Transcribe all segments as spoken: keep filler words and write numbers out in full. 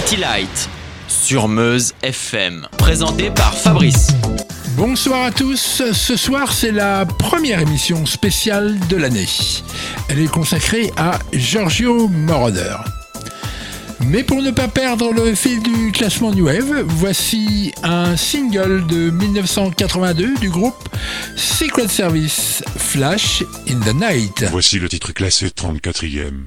City Light sur Meuse F M, présenté par Fabrice. Bonsoir à tous, ce soir c'est la première émission spéciale de l'année. Elle est consacrée à Giorgio Moroder. Mais pour ne pas perdre le fil du classement New Wave, voici un single de dix-neuf cent quatre-vingt-deux du groupe Secret Service, Flash in the Night. Voici le titre classé trente-quatrième.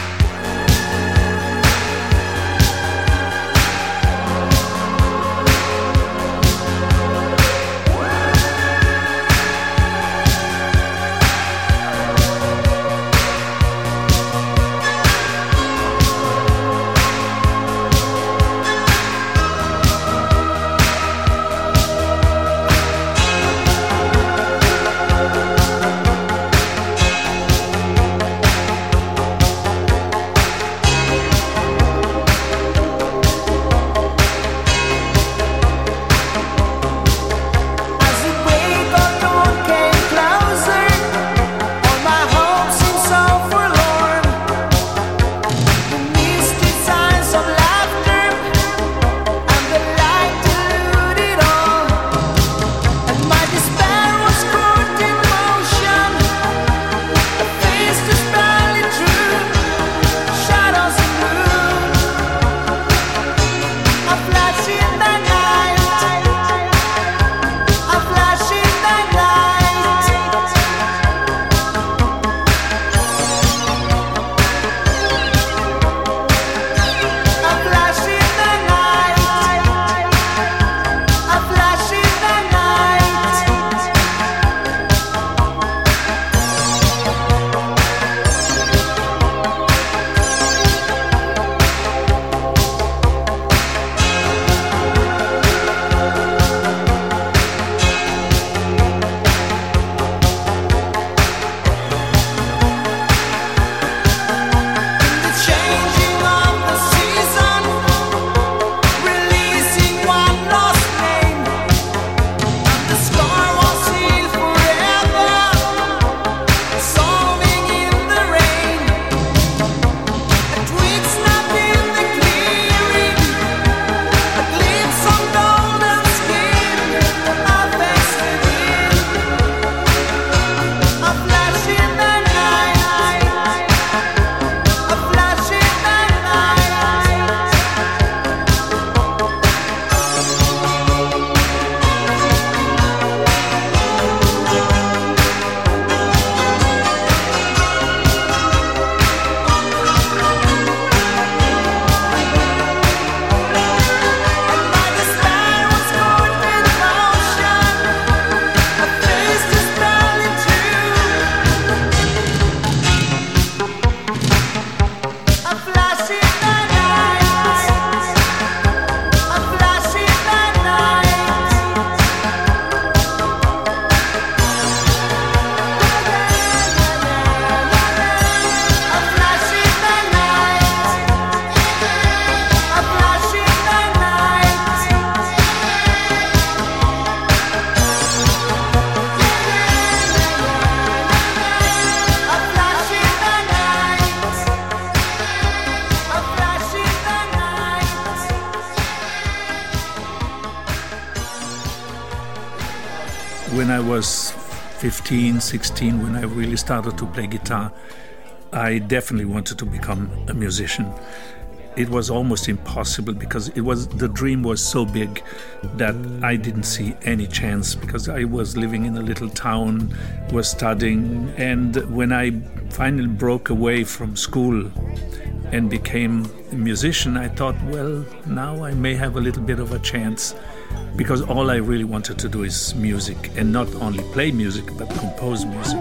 When I was fifteen, sixteen, when I really started to play guitar, I definitely wanted to become a musician. It was almost impossible because it was the dream was so big that I didn't see any chance because I was living in a little town, was studying, and when I finally broke away from school and became a musician, I thought, well, now I may have a little bit of a chance because all I really wanted to do is music, and not only play music but compose music.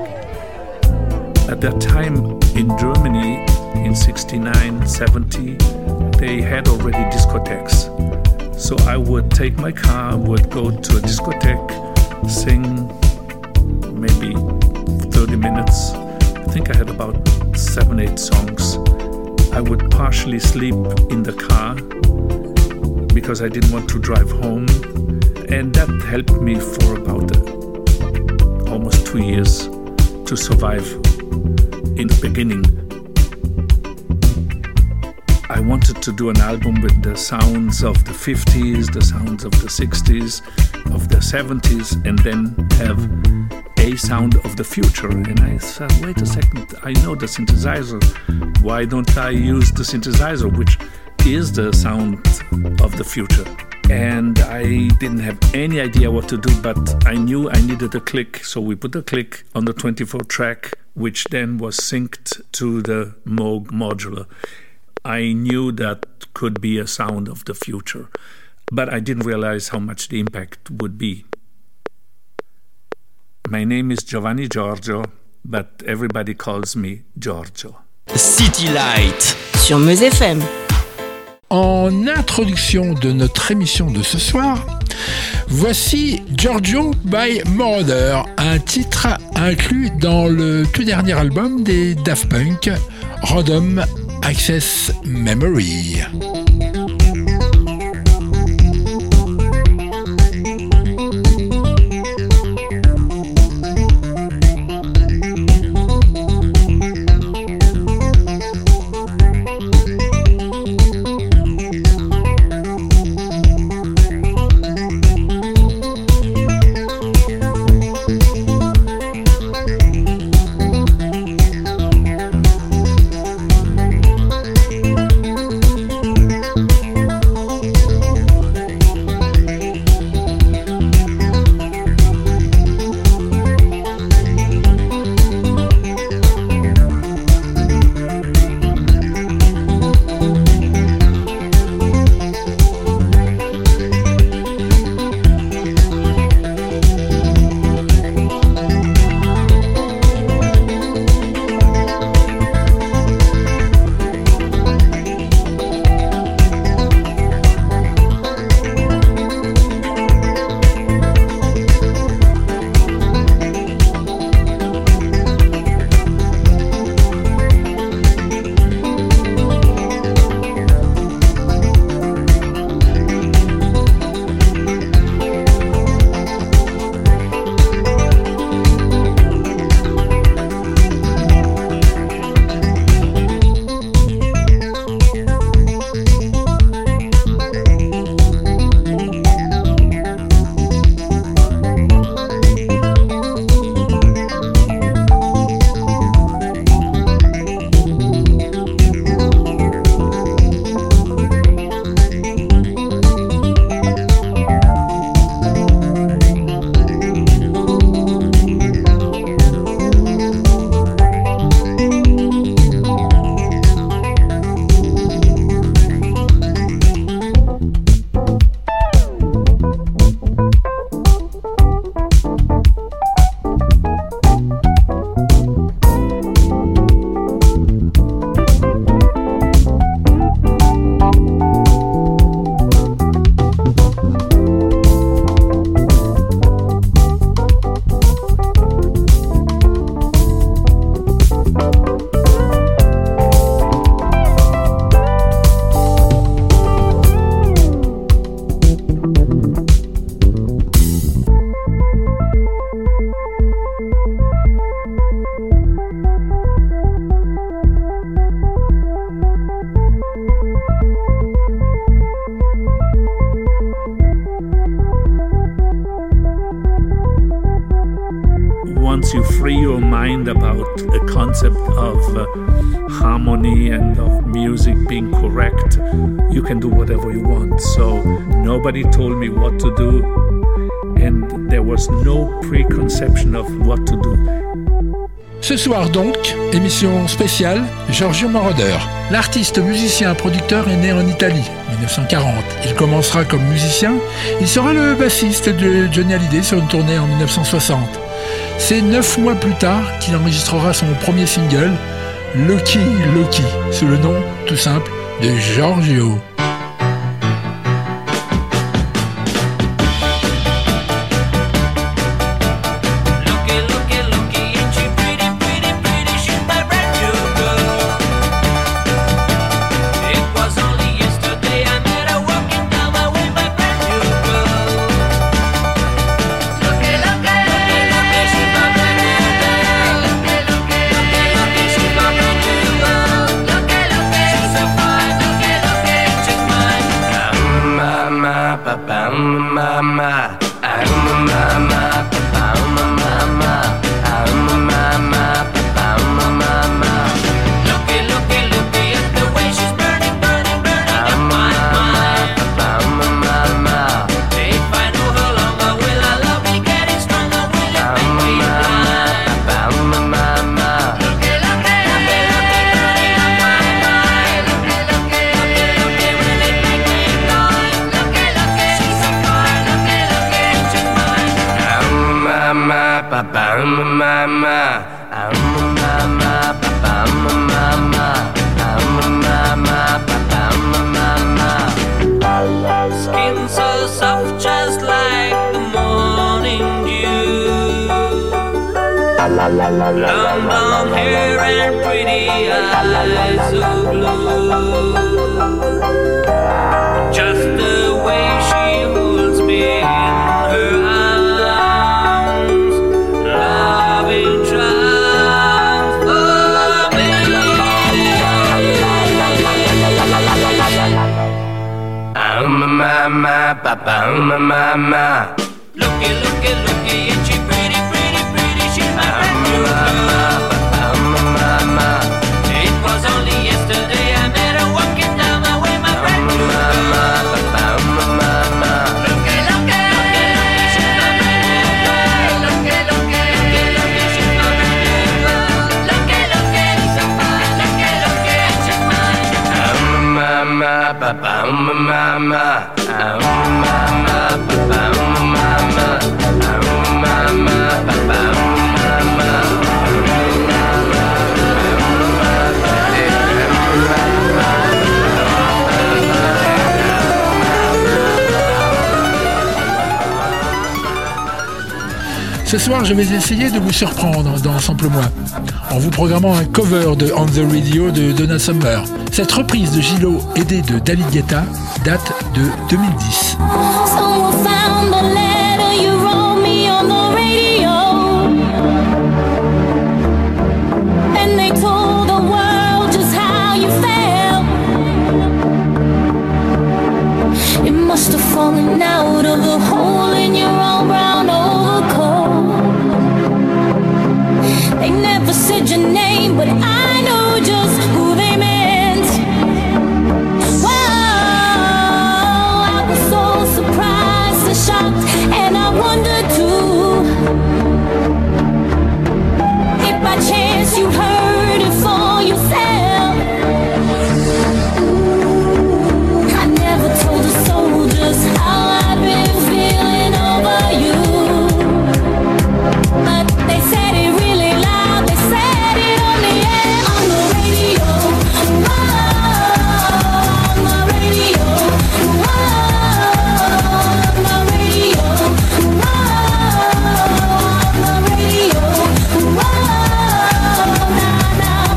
At that time in Germany, in sixty-nine, seventy, they had already discotheques. So I would take my car, would go to a discotheque, sing maybe thirty minutes. I think I had about seven, eight songs. I would partially sleep in the car because I didn't want to drive home. And that helped me for about uh, almost two years to survive in the beginning. I wanted to do an album with the sounds of the fifties, the sounds of the sixties, of the seventies, and then have a sound of the future. And I said, wait a second, I know the synthesizer. Why don't I use the synthesizer, which is the sound of the future? And I didn't have any idea what to do, but I knew I needed a click. So we put a click on the twenty-four track, which then was synced to the Moog modular. I knew that could be a sound of the future, but I didn't realize how much the impact would be. My name is Giovanni Giorgio, but everybody calls me Giorgio. City Light sur Meuse F M. En introduction de notre émission de ce soir, voici Giorgio by Moroder, un titre inclus dans le tout dernier album des Daft Punk, Random Access Memory. once you free your mind about the concept of uh, harmony and of music being correct, you can do whatever you want. So nobody told me what to do, and there was no preconception of what to do. Ce soir donc, émission spéciale Giorgio Moroder. L'artiste, musicien, producteur est né en Italie en dix-neuf cent quarante. Il commencera comme musicien. Il sera le bassiste de Johnny Hallyday sur une tournée en dix-neuf cent soixante. C'est neuf mois plus tard qu'il enregistrera son premier single, Lucky Lucky, sous le nom tout simple de Giorgio. Look Long blonde hair and pretty eyes so blue. Just the way she holds me in her arms, loving triumph for me. I'm a mama, papa, I'm a mama. Looky, looky, looky, and she pretty, pretty, pretty. She's my mama, papa, I'm a mama. It was only yesterday I met her walking down my way, my friend. I'm a mama, papa, I'm a mama. Looky, looky, looky, looky, she's my pretty girl. Looky, looky, looky, looky, she's my pretty girl. Looky, looky, so fine. Looky, looky, she's mine. I'm a mama, papa, I'm a mama. I'm a mama, papa, I'm a mama. I'm a mama, papa, I'm a mama. Ce soir, je vais essayer de vous surprendre dans Sample-moi, en vous programmant un cover de On the Radio de Donna Summer. Cette reprise de Gillo, aidée de David Guetta, date de deux mille dix. Someone found a letter you wrote me on the radio, and they told the world just how you felt. It must have fallen out of the hole in your own brown overcoat. They never said your name, but I know just who they meant. Whoa, I was so surprised and shocked, and I wondered too if by chance you heard it for yourself. I never told a soul just how I've been feeling over you, but they said it really loud. They said it on the air, on the radio. Whoa, on the radio. Whoa, on the radio. Whoa, on the radio. Whoa, nah, nah.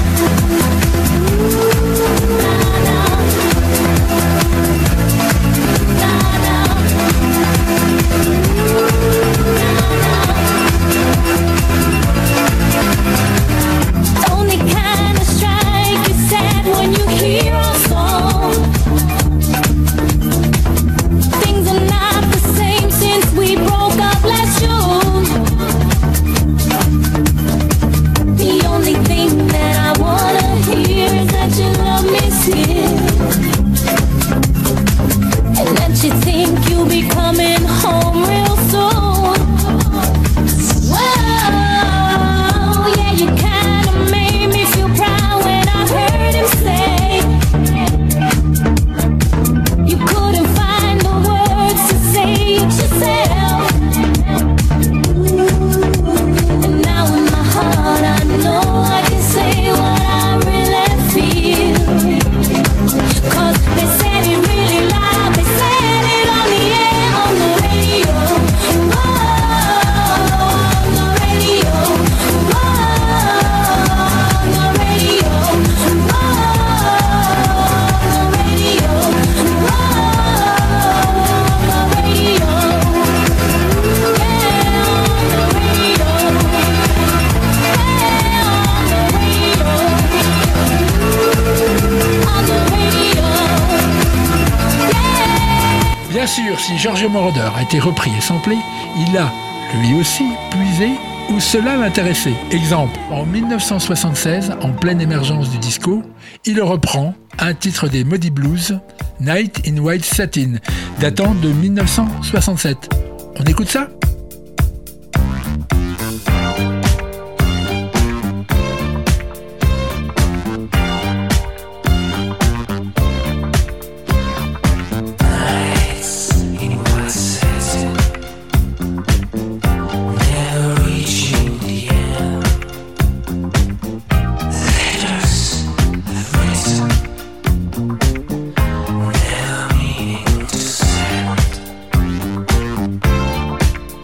Don't it kinda strike you sad when you hear our song? Things are not the same since we broke up last June. The only thing that I wanna hear is that you love me still, and that you think you'll be coming home real soon. Whoa, yeah, you kinda made me feel proud when I heard him say you couldn't find the words to say it yourself. And now in my heart I know I can say what I really feel, 'cause they said it really loud. They said it on the air, on the radio. Whoa, on the radio. Whoa, on the radio. Whoa, on the radio. Whoa, on the radio. Yeah, on the radio. Yeah, on the radio. On the radio. Yeah. Bien sûr, si Giorgio Moroder a été repris et samplé, il a, lui aussi, puisé où cela l'intéressait. Exemple, en dix-neuf cent soixante-seize, en pleine émergence du disco, il reprend un titre des Moody Blues, Night in White Satin, datant de dix-neuf cent soixante-sept. On écoute ça ? Never meaning to send.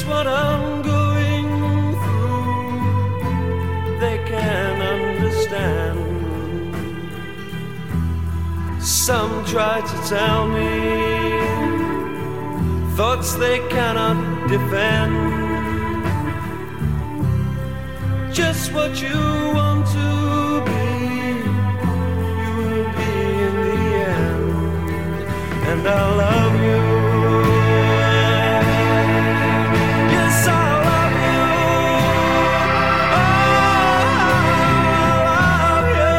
just what I'm going through. They can't understand. Some try to tell me thoughts they cannot defend. Just what you want to be, you will be in the end. And I love you. Yes, I love you. Oh, I love you.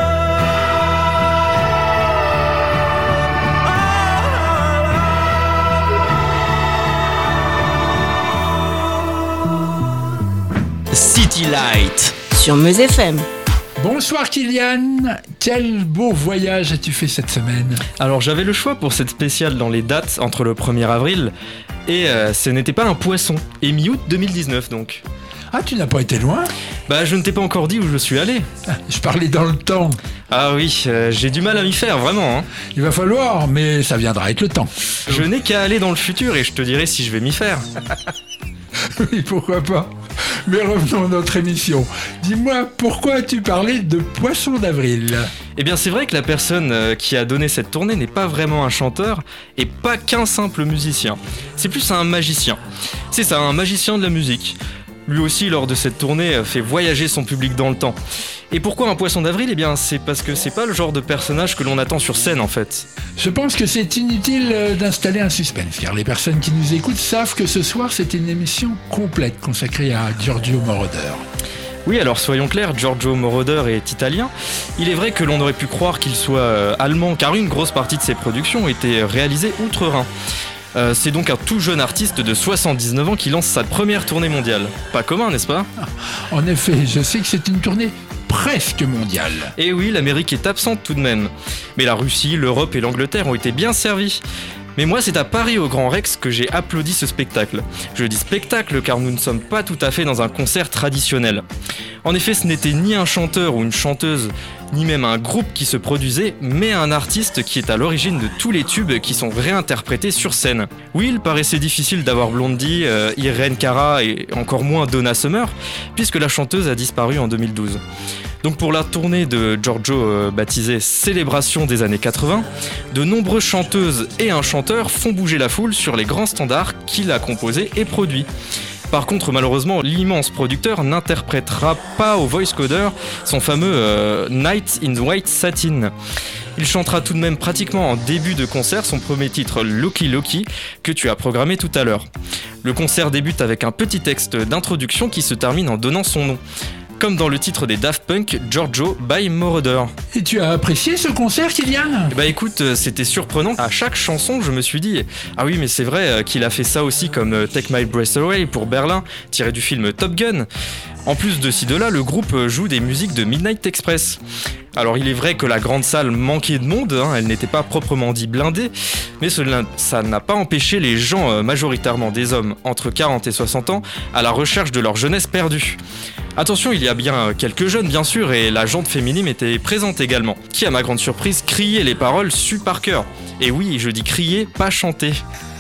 City Light sur Meuse F M. Bonsoir Kylian, quel beau voyage as-tu fait cette semaine? Alors j'avais le choix pour cette spéciale dans les dates entre le premier avril et euh, ce n'était pas un poisson, et mi-août deux mille dix-neuf donc. Ah, tu n'as pas été loin? Bah je ne t'ai pas encore dit où je suis allé. Ah, je parlais dans le temps. Ah oui, euh, j'ai du mal à m'y faire, vraiment. Hein. Il va falloir, mais ça viendra avec le temps. Je n'ai qu'à aller dans le futur et je te dirai si je vais m'y faire. Oui, pourquoi pas. Mais revenons à notre émission. Dis-moi, pourquoi as-tu parlé de Poisson d'avril? Eh bien c'est vrai que la personne euh, qui a donné cette tournée n'est pas vraiment un chanteur et pas qu'un simple musicien. C'est plus un magicien. C'est ça, un magicien de la musique. Lui aussi, lors de cette tournée, fait voyager son public dans le temps. Et pourquoi un poisson d'avril? Eh bien, c'est parce que c'est pas le genre de personnage que l'on attend sur scène, en fait. Je pense que c'est inutile d'installer un suspense, car les personnes qui nous écoutent savent que ce soir, c'est une émission complète consacrée à Giorgio Moroder. Oui, alors soyons clairs, Giorgio Moroder est italien. Il est vrai que l'on aurait pu croire qu'il soit euh, allemand, car une grosse partie de ses productions était réalisée outre-Rhin. Euh, c'est donc un tout jeune artiste de soixante-dix-neuf ans qui lance sa première tournée mondiale. Pas commun, n'est-ce pas? En effet, je sais que c'est une tournée presque mondiale. Et oui, l'Amérique est absente tout de même. Mais la Russie, l'Europe et l'Angleterre ont été bien servis. Mais moi, c'est à Paris au Grand Rex que j'ai applaudi ce spectacle. Je dis spectacle car nous ne sommes pas tout à fait dans un concert traditionnel. En effet, ce n'était ni un chanteur ou une chanteuse, ni même un groupe qui se produisait, mais un artiste qui est à l'origine de tous les tubes qui sont réinterprétés sur scène. Oui, il paraissait difficile d'avoir Blondie, euh, Irene Cara et encore moins Donna Summer, puisque la chanteuse a disparu en deux mille douze. Donc pour la tournée de Giorgio euh, baptisée Célébration des années quatre-vingts, de nombreuses chanteuses et un chanteur font bouger la foule sur les grands standards qu'il a composés et produits. Par contre, malheureusement, l'immense producteur n'interprétera pas au voice coder son fameux euh, Night in White Satin. Il chantera tout de même pratiquement en début de concert son premier titre Lucky Lucky que tu as programmé tout à l'heure. Le concert débute avec un petit texte d'introduction qui se termine en donnant son nom. Comme dans le titre des Daft Punk, Giorgio by Moroder. Et tu as apprécié ce concert, Kylian? Bah écoute, c'était surprenant. À chaque chanson, je me suis dit ah oui, mais c'est vrai qu'il a fait ça aussi comme Take My Breath Away pour Berlin, tiré du film Top Gun. En plus de ci de là, le groupe joue des musiques de Midnight Express. Alors il est vrai que la grande salle manquait de monde, hein, elle n'était pas proprement dit blindée, mais cela, ça n'a pas empêché les gens, euh, majoritairement des hommes entre quarante et soixante ans, à la recherche de leur jeunesse perdue. Attention, il y a bien quelques jeunes bien sûr, et la jante féminine était présente également, qui à ma grande surprise criait les paroles su par cœur. Et oui, je dis crier, pas chanter.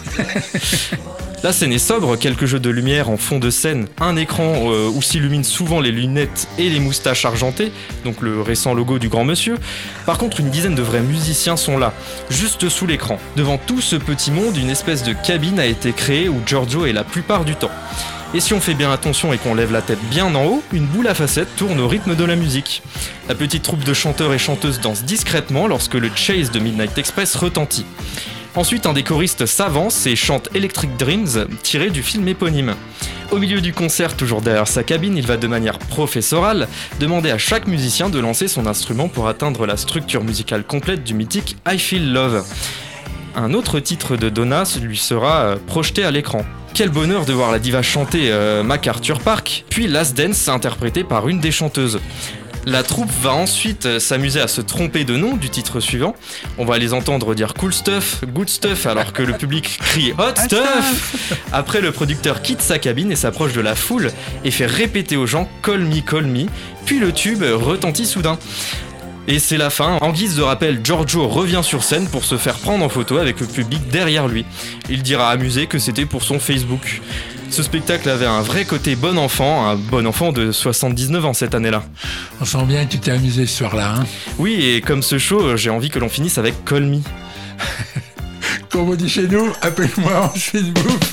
La scène est sobre, quelques jeux de lumière en fond de scène, un écran euh, où s'illuminent souvent les lunettes et les moustaches argentées, donc le récent logo du grand monsieur. Par contre, une dizaine de vrais musiciens sont là, juste sous l'écran. Devant tout ce petit monde, une espèce de cabine a été créée où Giorgio est la plupart du temps. Et si on fait bien attention et qu'on lève la tête bien en haut, une boule à facettes tourne au rythme de la musique. La petite troupe de chanteurs et chanteuses danse discrètement lorsque le chase de Midnight Express retentit. Ensuite, un des choristes s'avance et chante Electric Dreams, tiré du film éponyme. Au milieu du concert, toujours derrière sa cabine, il va de manière professorale demander à chaque musicien de lancer son instrument pour atteindre la structure musicale complète du mythique I Feel Love. Un autre titre de Donna lui sera euh, projeté à l'écran. Quel bonheur de voir la diva chanter euh, MacArthur Park, puis Last Dance interprété par une des chanteuses. La troupe va ensuite s'amuser à se tromper de nom du titre suivant. On va les entendre dire cool stuff, good stuff, alors que le public crie hot stuff. Après, le producteur quitte sa cabine et s'approche de la foule et fait répéter aux gens call me, call me, puis le tube retentit soudain. Et c'est la fin. En guise de rappel, Giorgio revient sur scène pour se faire prendre en photo avec le public derrière lui. Il dira amusé que c'était pour son Facebook. Ce spectacle avait un vrai côté bon enfant, un bon enfant de soixante-dix-neuf ans cette année-là. On sent bien que tu t'es amusé ce soir-là. Hein. Oui, et comme ce show, j'ai envie que l'on finisse avec Call Me. Comme on dit chez nous, appelle-moi, on se fait une bouffe.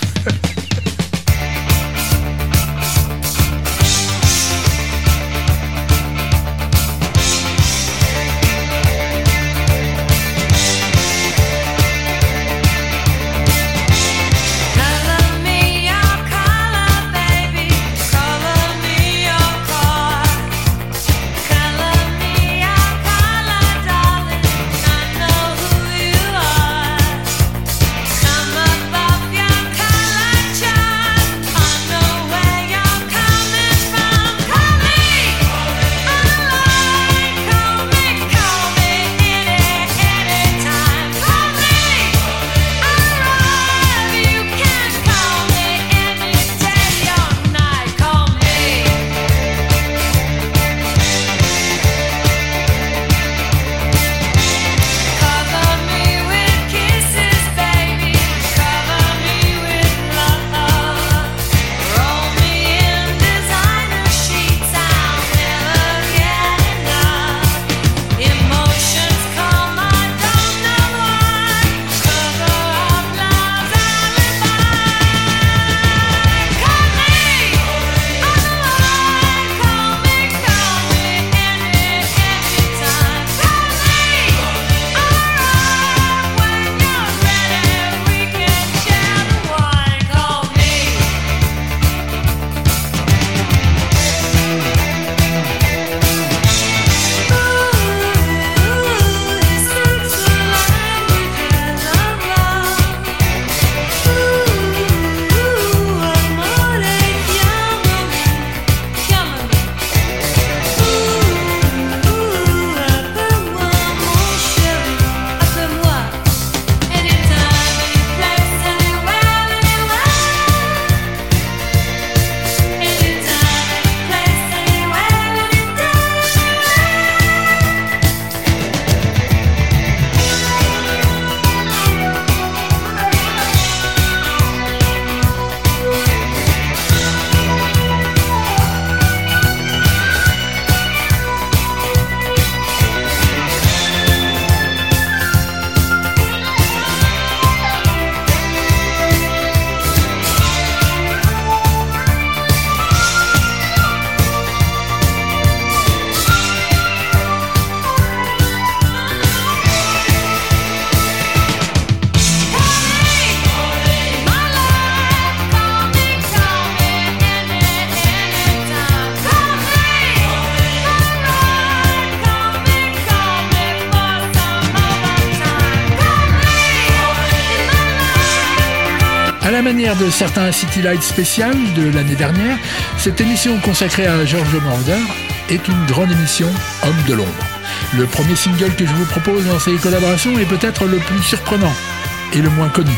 À la manière de certains City Lights spécial de l'année dernière, cette émission consacrée à Giorgio Moroder est une grande émission Homme de l'ombre. Le premier single que je vous propose dans ces collaborations est peut-être le plus surprenant et le moins connu.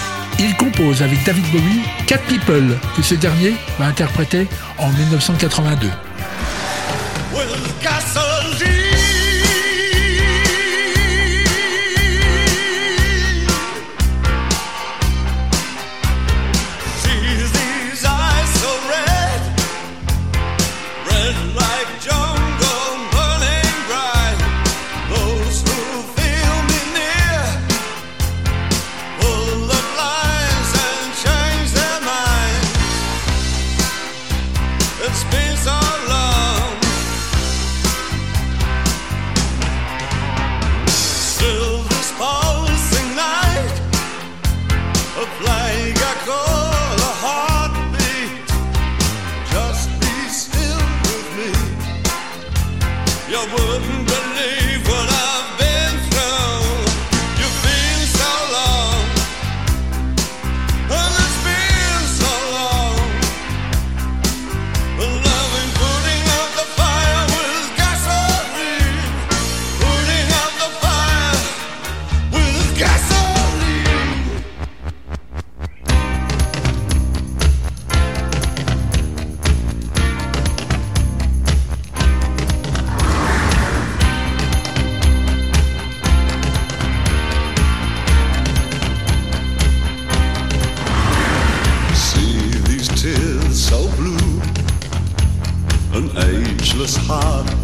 Il compose avec David Bowie Cat People, que ce dernier va interpréter en dix-neuf cent quatre-vingt-deux. It's been so long.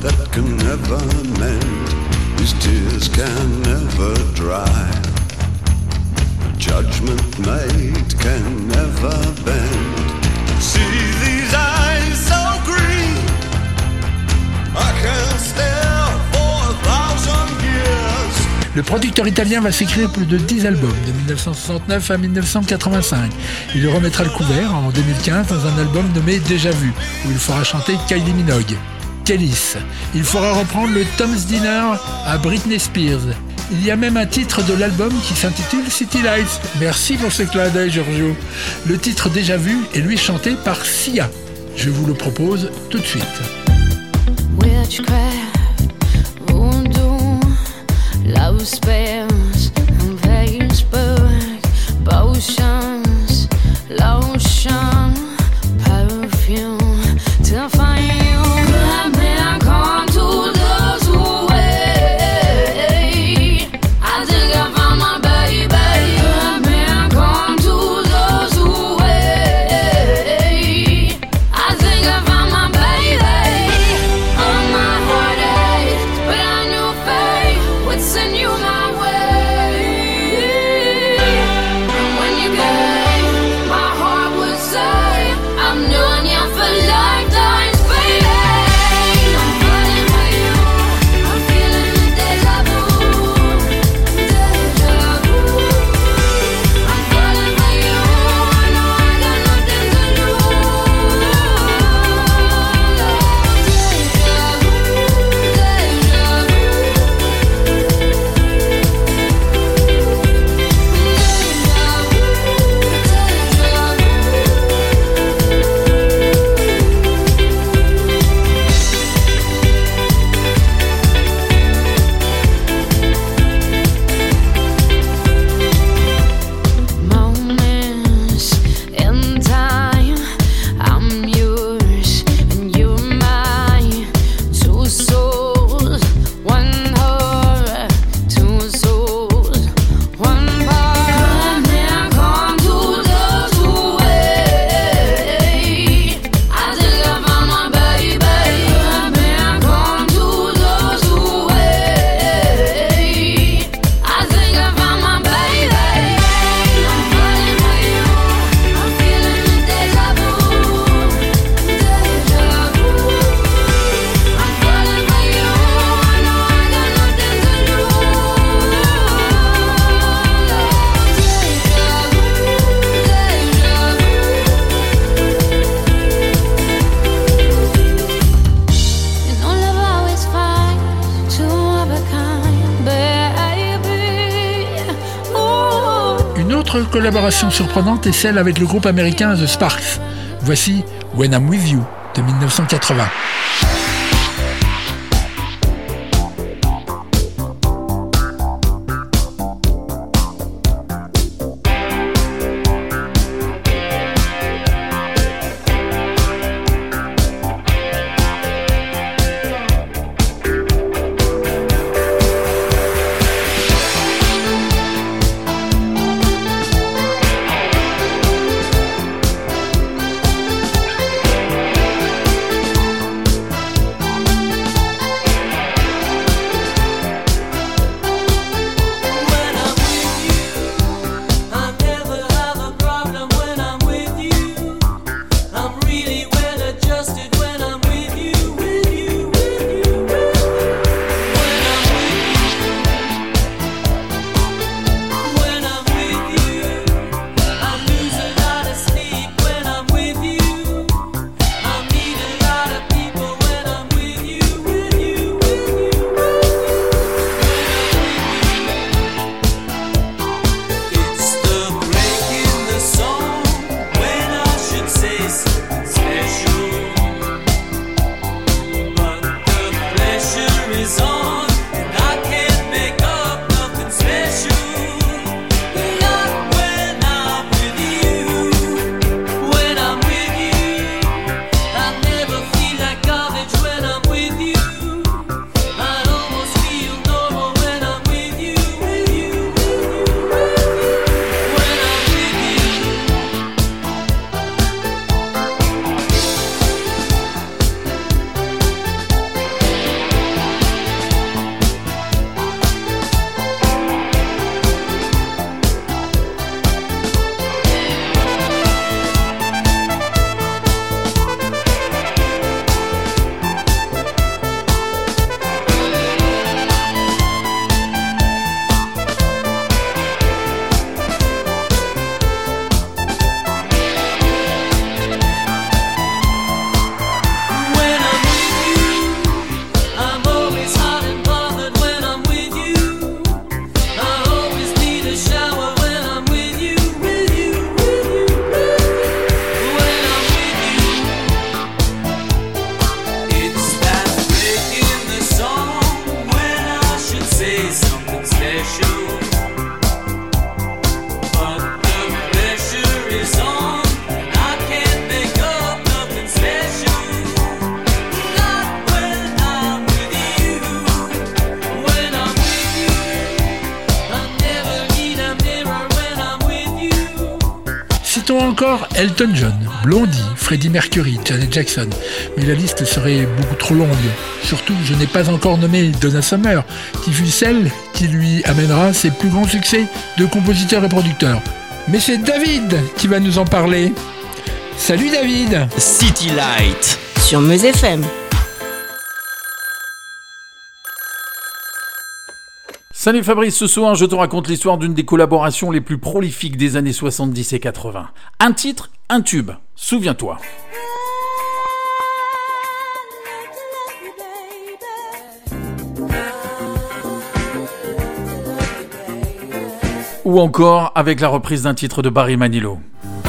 that can never mend, these tears can never dry. A judgment made can never bend. See these eyes so green, I can stare for a thousand years. Le producteur italien va s'écrire plus de dix albums, de dix-neuf cent soixante-neuf à dix-neuf cent quatre-vingt-cinq. Il lui remettra le couvert en deux mille quinze dans un album nommé Déjà Vu, où il fera chanter Kylie Minogue. Kélis. Il fera reprendre le Tom's Dinner à Britney Spears. Il y a même un titre de l'album qui s'intitule City Lights. Merci pour ce clin d'œil, Giorgio. Le titre Déjà Vu est lui chanté par Sia. Je vous le propose tout de suite. Witchcraft, voodoo, love spells, and Facebook, potions, lotion, perfume, to find you. Good men come to those who wait. I think I found my baby. Good men come to those who wait. I think I found my baby. On my heartache, but I knew fate would send you my way. And when you came, my heart would say, I've known you for lifetimes, baby. I'm falling for you, I'm feeling the deja vu, deja vu. I'm falling for you, I know I got nothing to lose. Deja vu, deja vu. Moments in time, I'm yours and you're mine. Two souls, one heart, two souls, one part. Good men come to those who wait. I think I found my baby. Good men come to those who wait. I think I found my baby. I'm falling for you, I'm feeling the deja vu, deja vu. I'm falling for you, I know I got nothing to lose. Deja vu, deja vu. You know love always finds two of a kind, baby. Ooh. Une autre collaboration surprenante est celle avec le groupe américain The Sparks. Voici When I'm With You de dix-neuf cent quatre-vingts. encore Elton John, Blondie, Freddie Mercury, Janet Jackson. Mais la liste serait beaucoup trop longue. Surtout, je n'ai pas encore nommé Donna Summer, qui fut celle qui lui amènera ses plus grands succès de compositeur et producteur. Mais c'est David qui va nous en parler. Salut David. City Light sur Meuse F M. Salut Fabrice, ce soir je te raconte l'histoire d'une des collaborations les plus prolifiques des années soixante-dix et quatre-vingts. Un titre, un tube, souviens-toi. Ou encore avec la reprise d'un titre de Barry Manilow.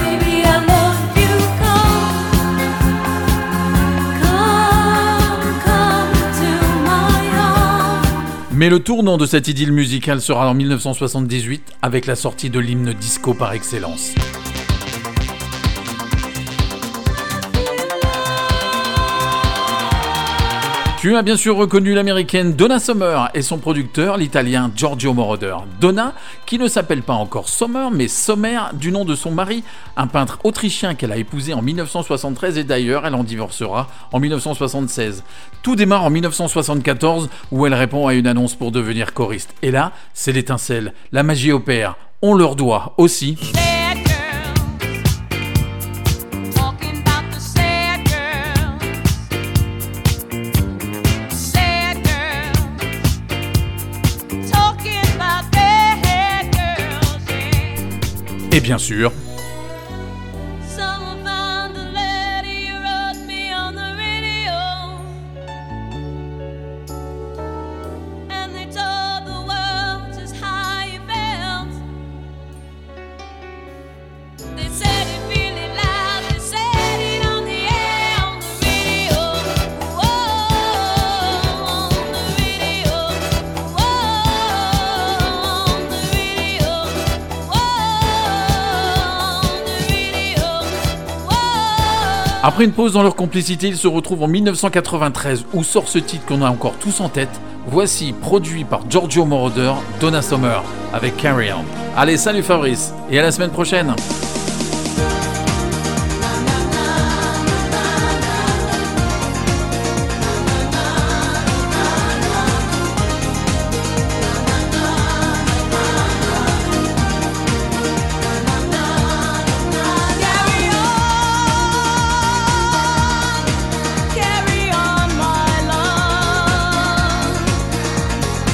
Mais le tournant de cette idylle musicale sera en dix-neuf cent soixante-dix-huit avec la sortie de l'hymne disco par excellence. Tu as bien sûr reconnu l'américaine Donna Summer et son producteur, l'italien Giorgio Moroder. Donna, qui ne s'appelle pas encore Sommer, mais Sommer, du nom de son mari, un peintre autrichien qu'elle a épousé en dix-neuf cent soixante-treize et d'ailleurs elle en divorcera en dix-neuf cent soixante-seize. Tout démarre en dix-neuf cent soixante-quatorze où elle répond à une annonce pour devenir choriste. Et là, c'est l'étincelle, la magie opère. On leur doit aussi... Et bien sûr, après une pause dans leur complicité, ils se retrouvent en dix-neuf cent quatre-vingt-treize où sort ce titre qu'on a encore tous en tête. Voici, produit par Giorgio Moroder, Donna Summer avec Carry On. Allez, salut Fabrice et à la semaine prochaine.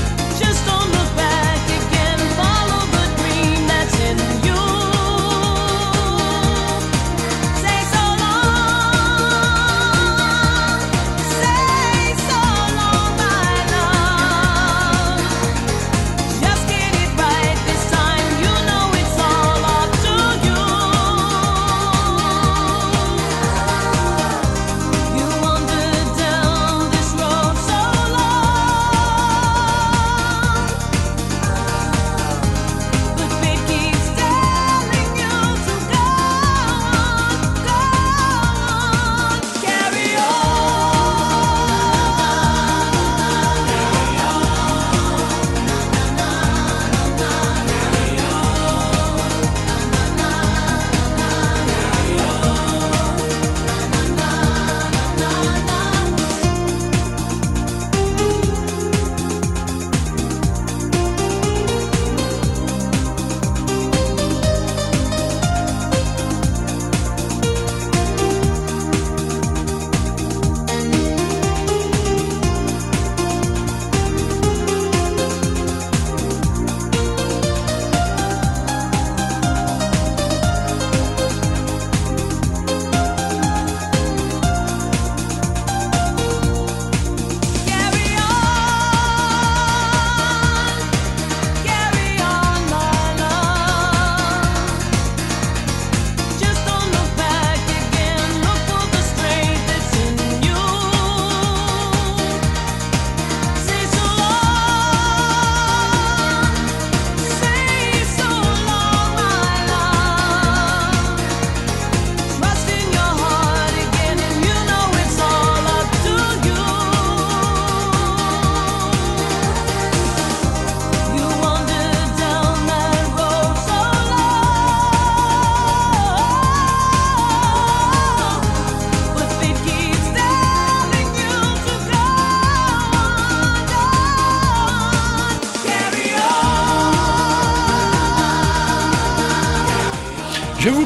Just don't look back again, follow the dream that's in you.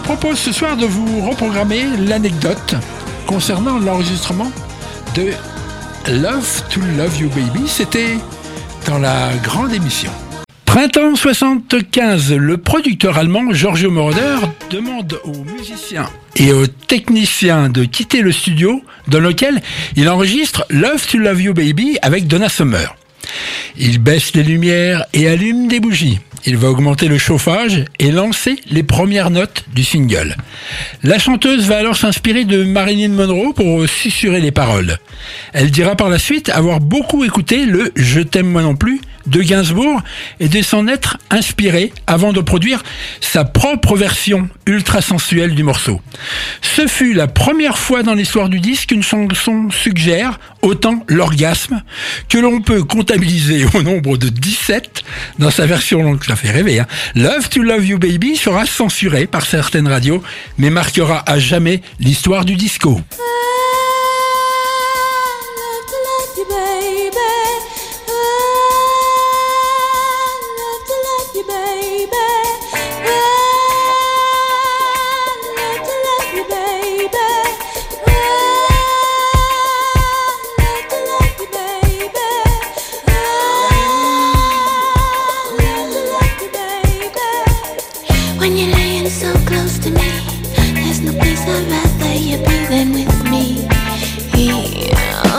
propose ce soir de vous reprogrammer l'anecdote concernant l'enregistrement de Love to Love You Baby. C'était dans la grande émission. Printemps soixante-quinze, le producteur allemand Giorgio Moroder demande aux musiciens et aux techniciens de quitter le studio dans lequel il enregistre Love to Love You Baby avec Donna Summer. Il baisse les lumières et allume des bougies. Il va augmenter le chauffage et lancer les premières notes du single. La chanteuse va alors s'inspirer de Marilyn Monroe pour susurrer les paroles. Elle dira par la suite avoir beaucoup écouté le « Je t'aime moi non plus » de Gainsbourg et de s'en être inspirée avant de produire sa propre version ultra sensuelle du morceau. Ce fut la première fois dans l'histoire du disque qu'une chanson suggère autant l'orgasme, que l'on peut comptabiliser au nombre de dix-sept dans sa version longue. Ça fait rêver, hein. Love to Love You Baby sera censuré par certaines radios, mais marquera à jamais l'histoire du disco. When you're laying so close to me, there's no place I'd rather you be than with me. Yeah.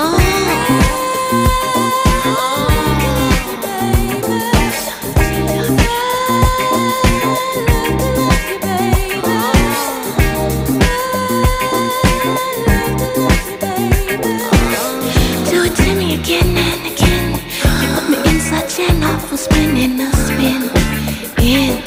Do it to me again and again. You put me in such an awful spin in a spin. Yeah.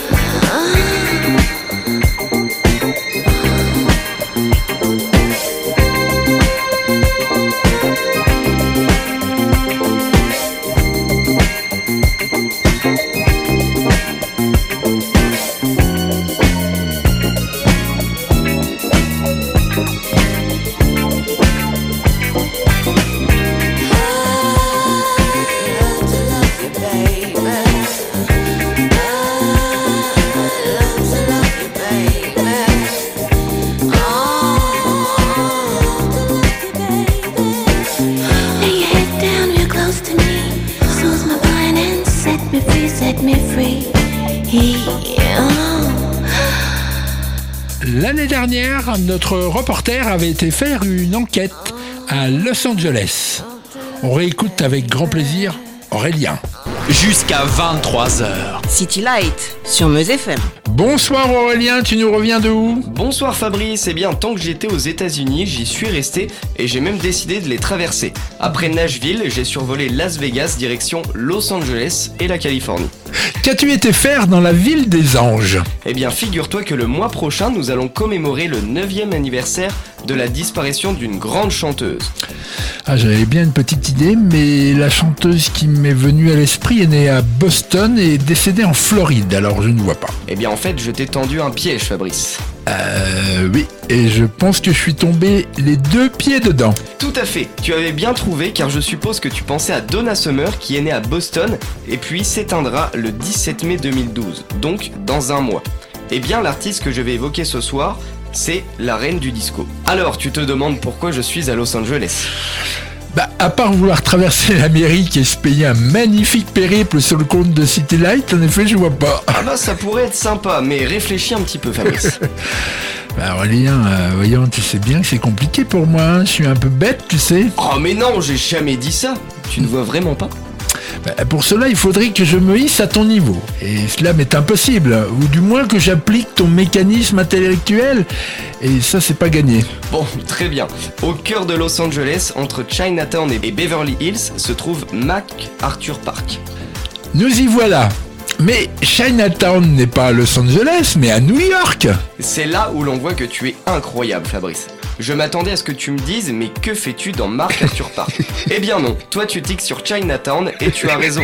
L'année dernière, notre reporter avait été faire une enquête à Los Angeles. On réécoute avec grand plaisir Aurélien. Jusqu'à vingt-trois heures. City Light sur Meuse F M. Bonsoir Aurélien, tu nous reviens de où ? Bonsoir Fabrice, eh bien tant que j'étais aux États-Unis, j'y suis resté et j'ai même décidé de les traverser. Après Nashville, j'ai survolé Las Vegas direction Los Angeles et la Californie. Qu'as-tu été faire dans la ville des anges ? Eh bien figure-toi que le mois prochain, nous allons commémorer le neuvième anniversaire de la disparition d'une grande chanteuse. Ah, j'avais bien une petite idée, mais la chanteuse qui m'est venue à l'esprit est née à Boston et est décédée en Floride, alors je ne vois pas. Eh bien en fait, je t'ai tendu un piège Fabrice. Euh, oui, et je pense que je suis tombé les deux pieds dedans. Tout à fait, tu avais bien trouvé car je suppose que tu pensais à Donna Summer qui est née à Boston et puis s'éteindra le dix-sept mai deux mille douze, donc dans un mois. Eh bien l'artiste que je vais évoquer ce soir, c'est la reine du disco. Alors tu te demandes pourquoi je suis à Los Angeles ? Bah, à part vouloir traverser l'Amérique et se payer un magnifique périple sur le compte de City Light, en effet, je vois pas. Ah bah, ça pourrait être sympa, mais réfléchis un petit peu, Fabrice. Bah, Aurélien, euh, voyons, tu sais bien que c'est compliqué pour moi, hein. Je suis un peu bête, tu sais. Oh, mais non, j'ai jamais dit ça. Tu ne vois vraiment pas ? Bah, pour cela, il faudrait que je me hisse à ton niveau. Et cela m'est impossible. Ou du moins que j'applique ton mécanisme intellectuel. Et ça, c'est pas gagné. Bon, très bien. Au cœur de Los Angeles, entre Chinatown et Beverly Hills, se trouve MacArthur Park. Nous y voilà. Mais Chinatown n'est pas à Los Angeles, mais à New York. C'est là où l'on voit que tu es incroyable, Fabrice. Je m'attendais à ce que tu me dises, mais que fais-tu dans MacArthur Park ? Eh bien non, toi tu tiques sur Chinatown et tu as raison.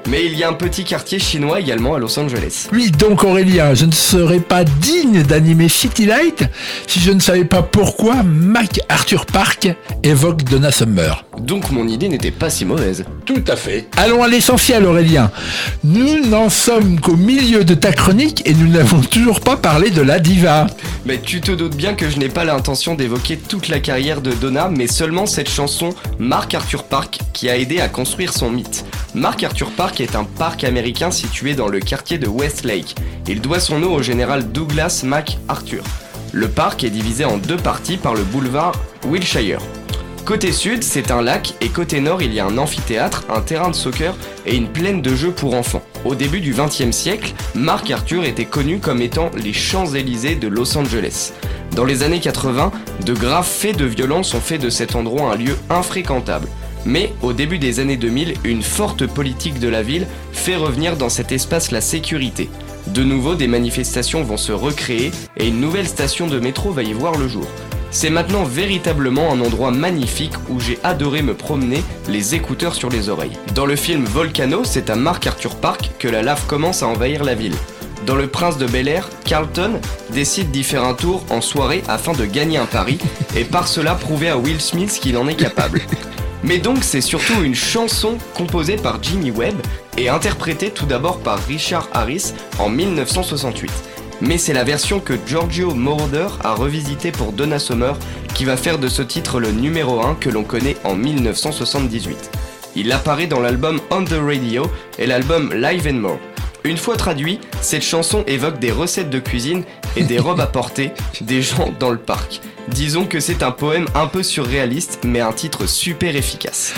Mais il y a un petit quartier chinois également à Los Angeles. Oui, donc Aurélien, je ne serais pas digne d'animer City Light si je ne savais pas pourquoi MacArthur Park évoque Donna Summer. Donc mon idée n'était pas si mauvaise. Tout à fait. Allons à l'essentiel, Aurélien. Nous n'en sommes qu'au milieu de ta chronique et nous n'avons toujours pas parlé de la diva. Mais tu te doutes bien que je n'ai pas l'intention d'évoquer toute la carrière de Donna, mais seulement cette chanson MacArthur Park qui a aidé à construire son mythe. MacArthur Park est un parc américain situé dans le quartier de Westlake. Il doit son nom au général Douglas MacArthur. Le parc est divisé en deux parties par le boulevard Wilshire. Côté sud, c'est un lac et côté nord, il y a un amphithéâtre, un terrain de soccer et une plaine de jeux pour enfants. Au début du vingtième siècle, MacArthur était connu comme étant les Champs-Élysées de Los Angeles. Dans les années quatre-vingts, de graves faits de violence ont fait de cet endroit un lieu infréquentable. Mais au début des années deux mille, une forte politique de la ville fait revenir dans cet espace la sécurité. De nouveau, des manifestations vont se recréer et une nouvelle station de métro va y voir le jour. C'est maintenant véritablement un endroit magnifique où j'ai adoré me promener, les écouteurs sur les oreilles. Dans le film Volcano, c'est à MacArthur Park que la lave commence à envahir la ville. Dans Le Prince de Bel-Air, Carlton décide d'y faire un tour en soirée afin de gagner un pari et par cela prouver à Will Smith qu'il en est capable. Mais donc c'est surtout une chanson composée par Jimmy Webb et interprétée tout d'abord par Richard Harris en mille neuf cent soixante-huit. Mais c'est la version que Giorgio Moroder a revisitée pour Donna Summer qui va faire de ce titre le numéro un que l'on connaît en mille neuf cent soixante-dix-huit. Il apparaît dans l'album On the Radio et l'album Live and More. Une fois traduit, cette chanson évoque des recettes de cuisine et des robes à porter des gens dans le parc. Disons que c'est un poème un peu surréaliste, mais un titre super efficace.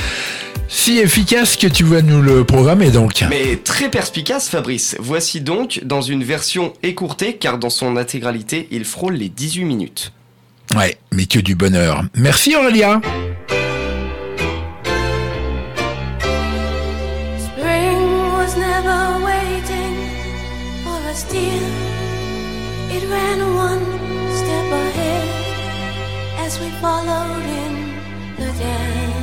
Si efficace que tu vas nous le programmer donc. Mais très perspicace, Fabrice. Voici donc dans une version écourtée, car dans son intégralité, il frôle les dix-huit minutes. Ouais, mais que du bonheur. Merci Aurélien. Spring was never waiting for us, dear. It ran one step ahead as we followed in the dance.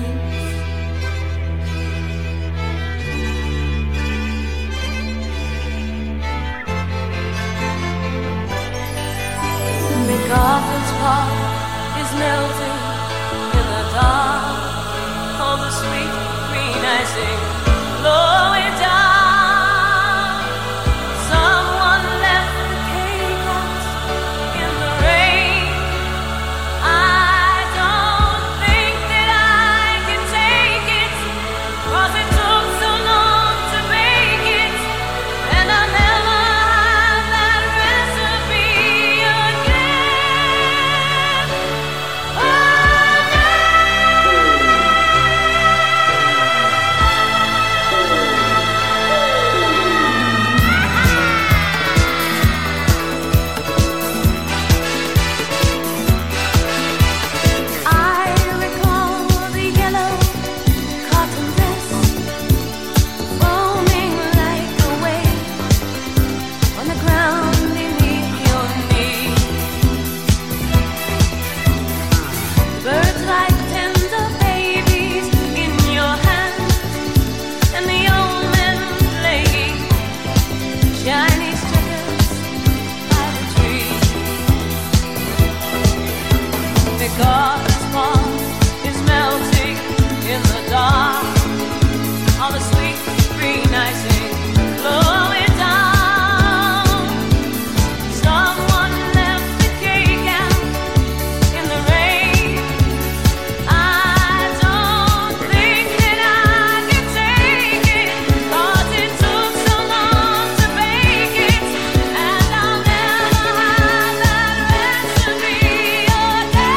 MacArthur's Park is melting in the dark. All the sweet green icing blowing down. Someone left the cake out in the rain. I don't think that I can take it, 'cause it took so long to make it, and I'll never have that recipe again. I recall the yellow cotton dress foaming like a wave on the ground beneath your knee. Birds like tender babies in your hands, and the old men playing Chinese checkers by the tree. MacArthur's Park is melting in the dark. All the sweet green icing blowing down. Someone left the cake out in the rain. I don't think that I can take it, 'cause it took so long to bake it, and I'll never have that recipe again.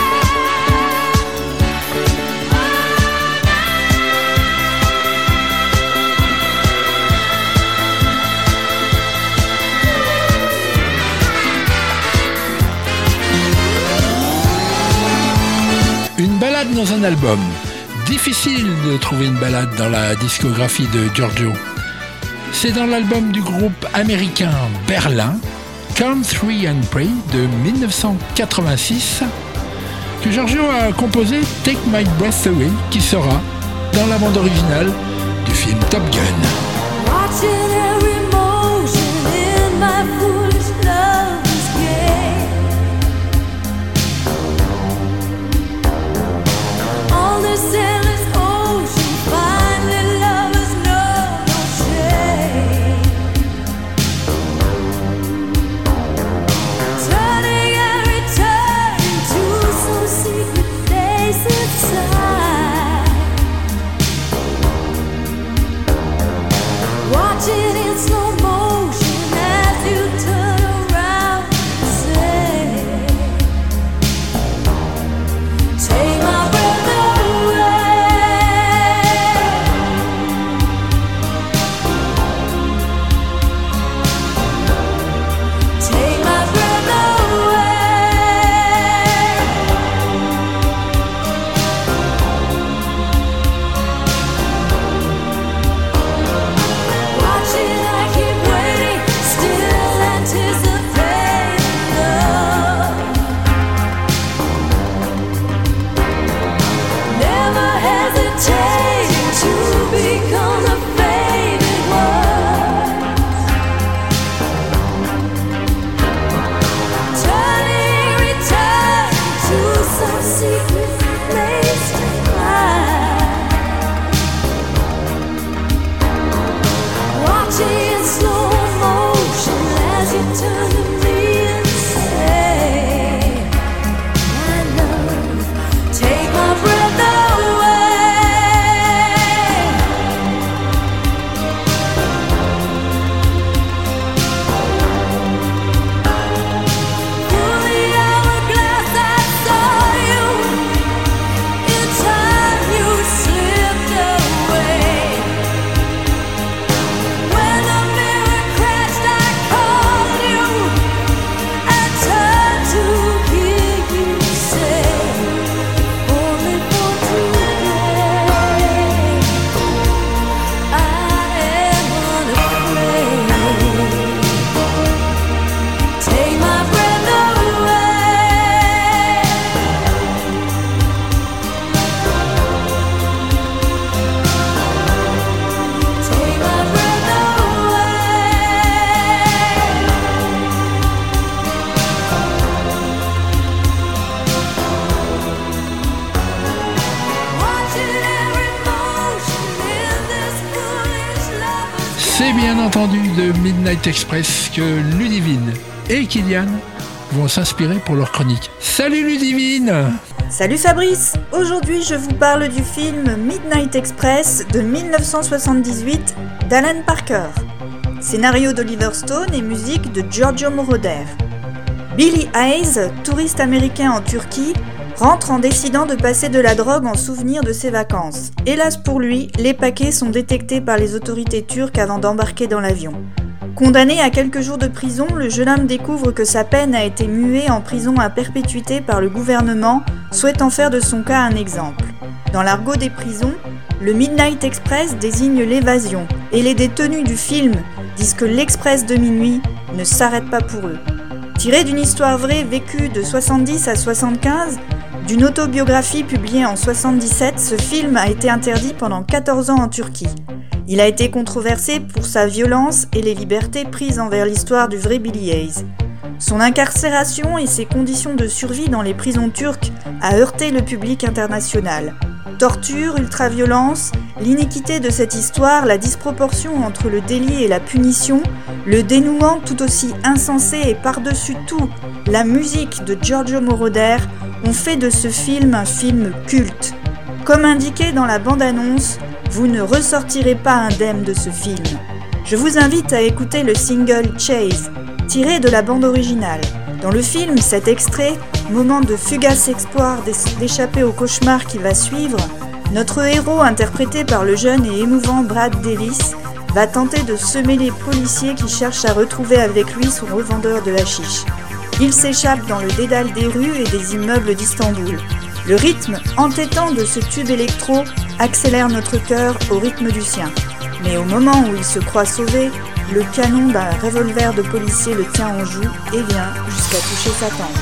Une balade dans un album. Difficile de trouver une balade dans la discographie de Giorgio. C'est dans l'album du groupe américain Berlin, Count Three and Pray de mille neuf cent quatre-vingt-six, que Giorgio a composé Take My Breath Away, qui sera dans la bande originale du film Top Gun. C'est bien entendu de Midnight Express que Ludivine et Kylian vont s'inspirer pour leur chronique. Salut Ludivine! Salut Fabrice! Aujourd'hui je vous parle du film Midnight Express de dix-neuf cent soixante-dix-huit d'Alan Parker. Scénario d'Oliver Stone et musique de Giorgio Moroder. Billy Hayes, touriste américain en Turquie, rentre en décidant de passer de la drogue en souvenir de ses vacances. Hélas pour lui, les paquets sont détectés par les autorités turques avant d'embarquer dans l'avion. Condamné à quelques jours de prison, le jeune homme découvre que sa peine a été muée en prison à perpétuité par le gouvernement, souhaitant faire de son cas un exemple. Dans l'argot des prisons, le Midnight Express désigne l'évasion, et les détenus du film disent que l'express de minuit ne s'arrête pas pour eux. Tiré d'une histoire vraie vécue de soixante-dix à soixante-quinze, d'une autobiographie publiée en soixante-dix-sept, ce film a été interdit pendant quatorze ans en Turquie. Il a été controversé pour sa violence et les libertés prises envers l'histoire du vrai Billy Hayes. Son incarcération et ses conditions de survie dans les prisons turques a heurté le public international. Torture, ultraviolence, l'iniquité de cette histoire, la disproportion entre le délit et la punition, le dénouement tout aussi insensé et par-dessus tout, la musique de Giorgio Moroder ont fait de ce film un film culte. Comme indiqué dans la bande-annonce, vous ne ressortirez pas indemne de ce film. Je vous invite à écouter le single Chase, tiré de la bande originale. Dans le film, cet extrait, moment de fugace espoir d'échapper au cauchemar qui va suivre, notre héros, interprété par le jeune et émouvant Brad Davis, va tenter de semer les policiers qui cherchent à retrouver avec lui son revendeur de hashish. Il s'échappe dans le dédale des rues et des immeubles d'Istanbul. Le rythme entêtant de ce tube électro accélère notre cœur au rythme du sien. Mais au moment où il se croit sauvé, le canon d'un revolver de policier le tient en joue et vient jusqu'à toucher sa tempe.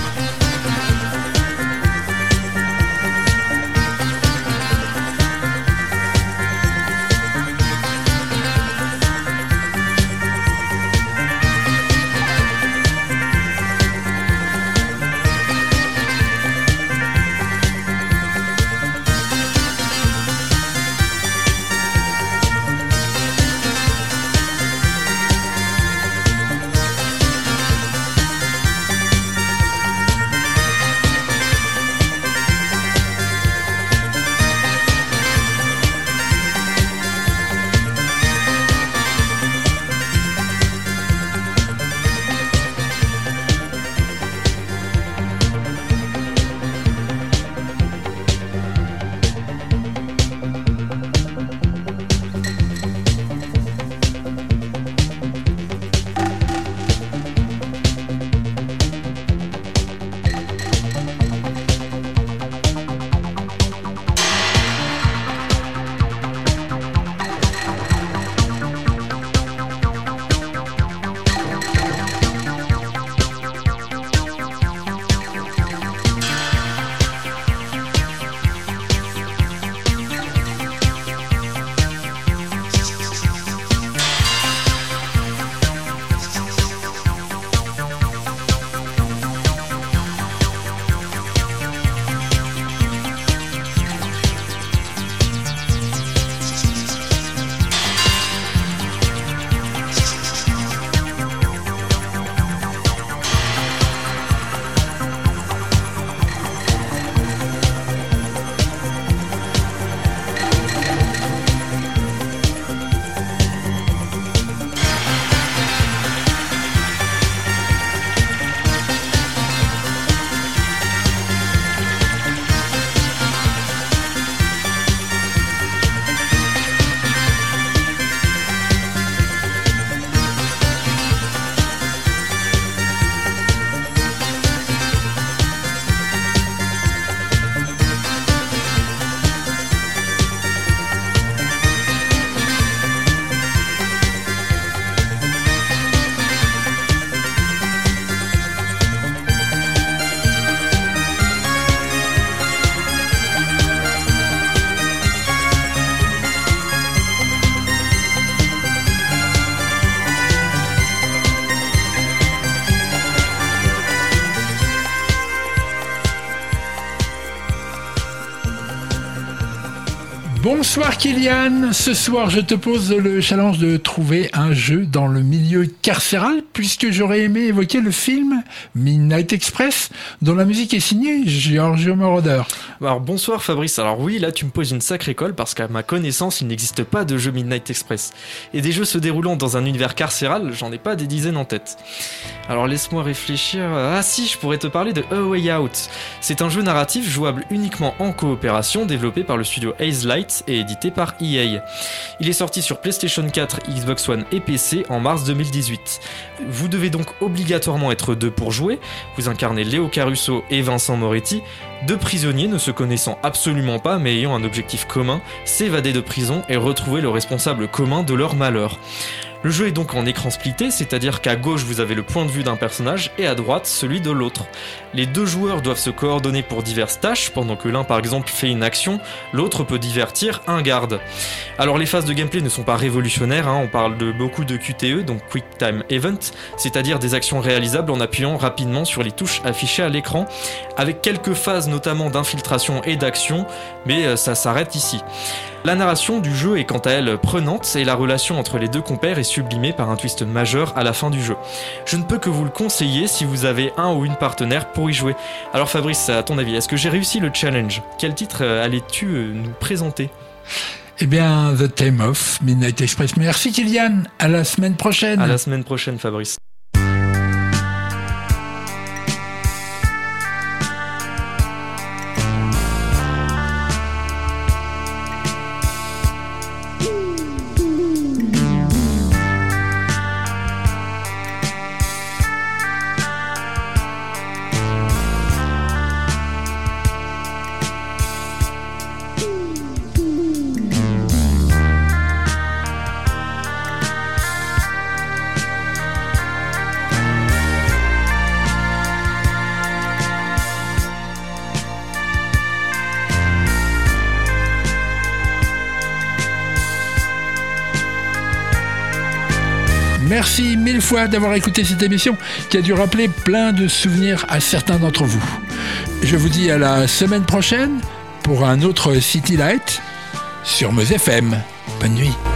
Bonsoir Kylian, ce soir je te pose le challenge de trouver un jeu dans le milieu carcéral puisque j'aurais aimé évoquer le film Midnight Express dont la musique est signée Giorgio Moroder. Alors bonsoir Fabrice, alors oui là tu me poses une sacrée colle parce qu'à ma connaissance il n'existe pas de jeu Midnight Express et des jeux se déroulant dans un univers carcéral j'en ai pas des dizaines en tête. Alors laisse-moi réfléchir, ah si je pourrais te parler de A Way Out, c'est un jeu narratif jouable uniquement en coopération développé par le studio Haze Light et édité par E A. Il est sorti sur PlayStation quatre, Xbox One et P C en mars deux mille dix-huit. Vous devez donc obligatoirement être deux pour jouer, vous incarnez Léo Caruso et Vincent Moretti, deux prisonniers ne se connaissant absolument pas mais ayant un objectif commun, s'évader de prison et retrouver le responsable commun de leur malheur. Le jeu est donc en écran splitté, c'est-à-dire qu'à gauche vous avez le point de vue d'un personnage et à droite celui de l'autre. Les deux joueurs doivent se coordonner pour diverses tâches, pendant que l'un par exemple fait une action, l'autre peut divertir un garde. Alors les phases de gameplay ne sont pas révolutionnaires, hein, on parle de beaucoup de Q T E, donc Quick Time Event, c'est-à-dire des actions réalisables en appuyant rapidement sur les touches affichées à l'écran, avec quelques phases notamment d'infiltration et d'action, mais euh, ça s'arrête ici. La narration du jeu est quant à elle prenante et la relation entre les deux compères est sublimée par un twist majeur à la fin du jeu. Je ne peux que vous le conseiller si vous avez un ou une partenaire pour y jouer. Alors Fabrice, à ton avis, est-ce que j'ai réussi le challenge ? Quel titre allais-tu nous présenter ? Eh bien, The Time of Midnight Express. Merci Kylian, à la semaine prochaine. À la semaine prochaine Fabrice. Merci mille fois d'avoir écouté cette émission qui a dû rappeler plein de souvenirs à certains d'entre vous. Je vous dis à la semaine prochaine pour un autre City Light sur Meuse F M. Bonne nuit.